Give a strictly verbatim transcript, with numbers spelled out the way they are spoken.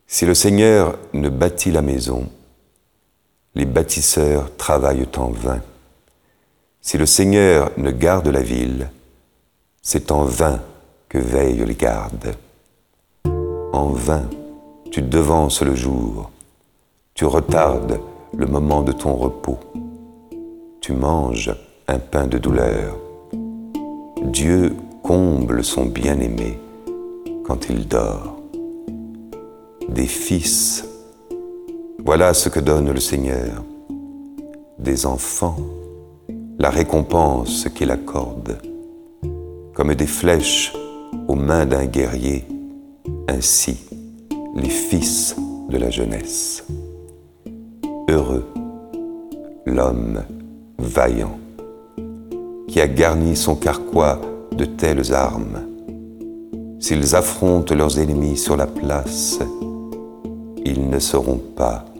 Si le Seigneur ne bâtit la maison, les bâtisseurs travaillent en vain. Si le Seigneur ne garde la ville, c'est en vain que veillent les gardes. En vain, tu devances le jour, tu retardes le moment de ton repos. Tu manges un pain de douleur. Dieu comble son bien-aimé quand il dort. Des fils, voilà ce que donne le Seigneur. Des enfants, la récompense qu'il accorde. Comme des flèches aux mains d'un guerrier, ainsi les fils de la jeunesse. Heureux l'homme vaillant, qui a garni son carquois de telles armes. S'ils affrontent leurs ennemis sur la place, ils ne seront pas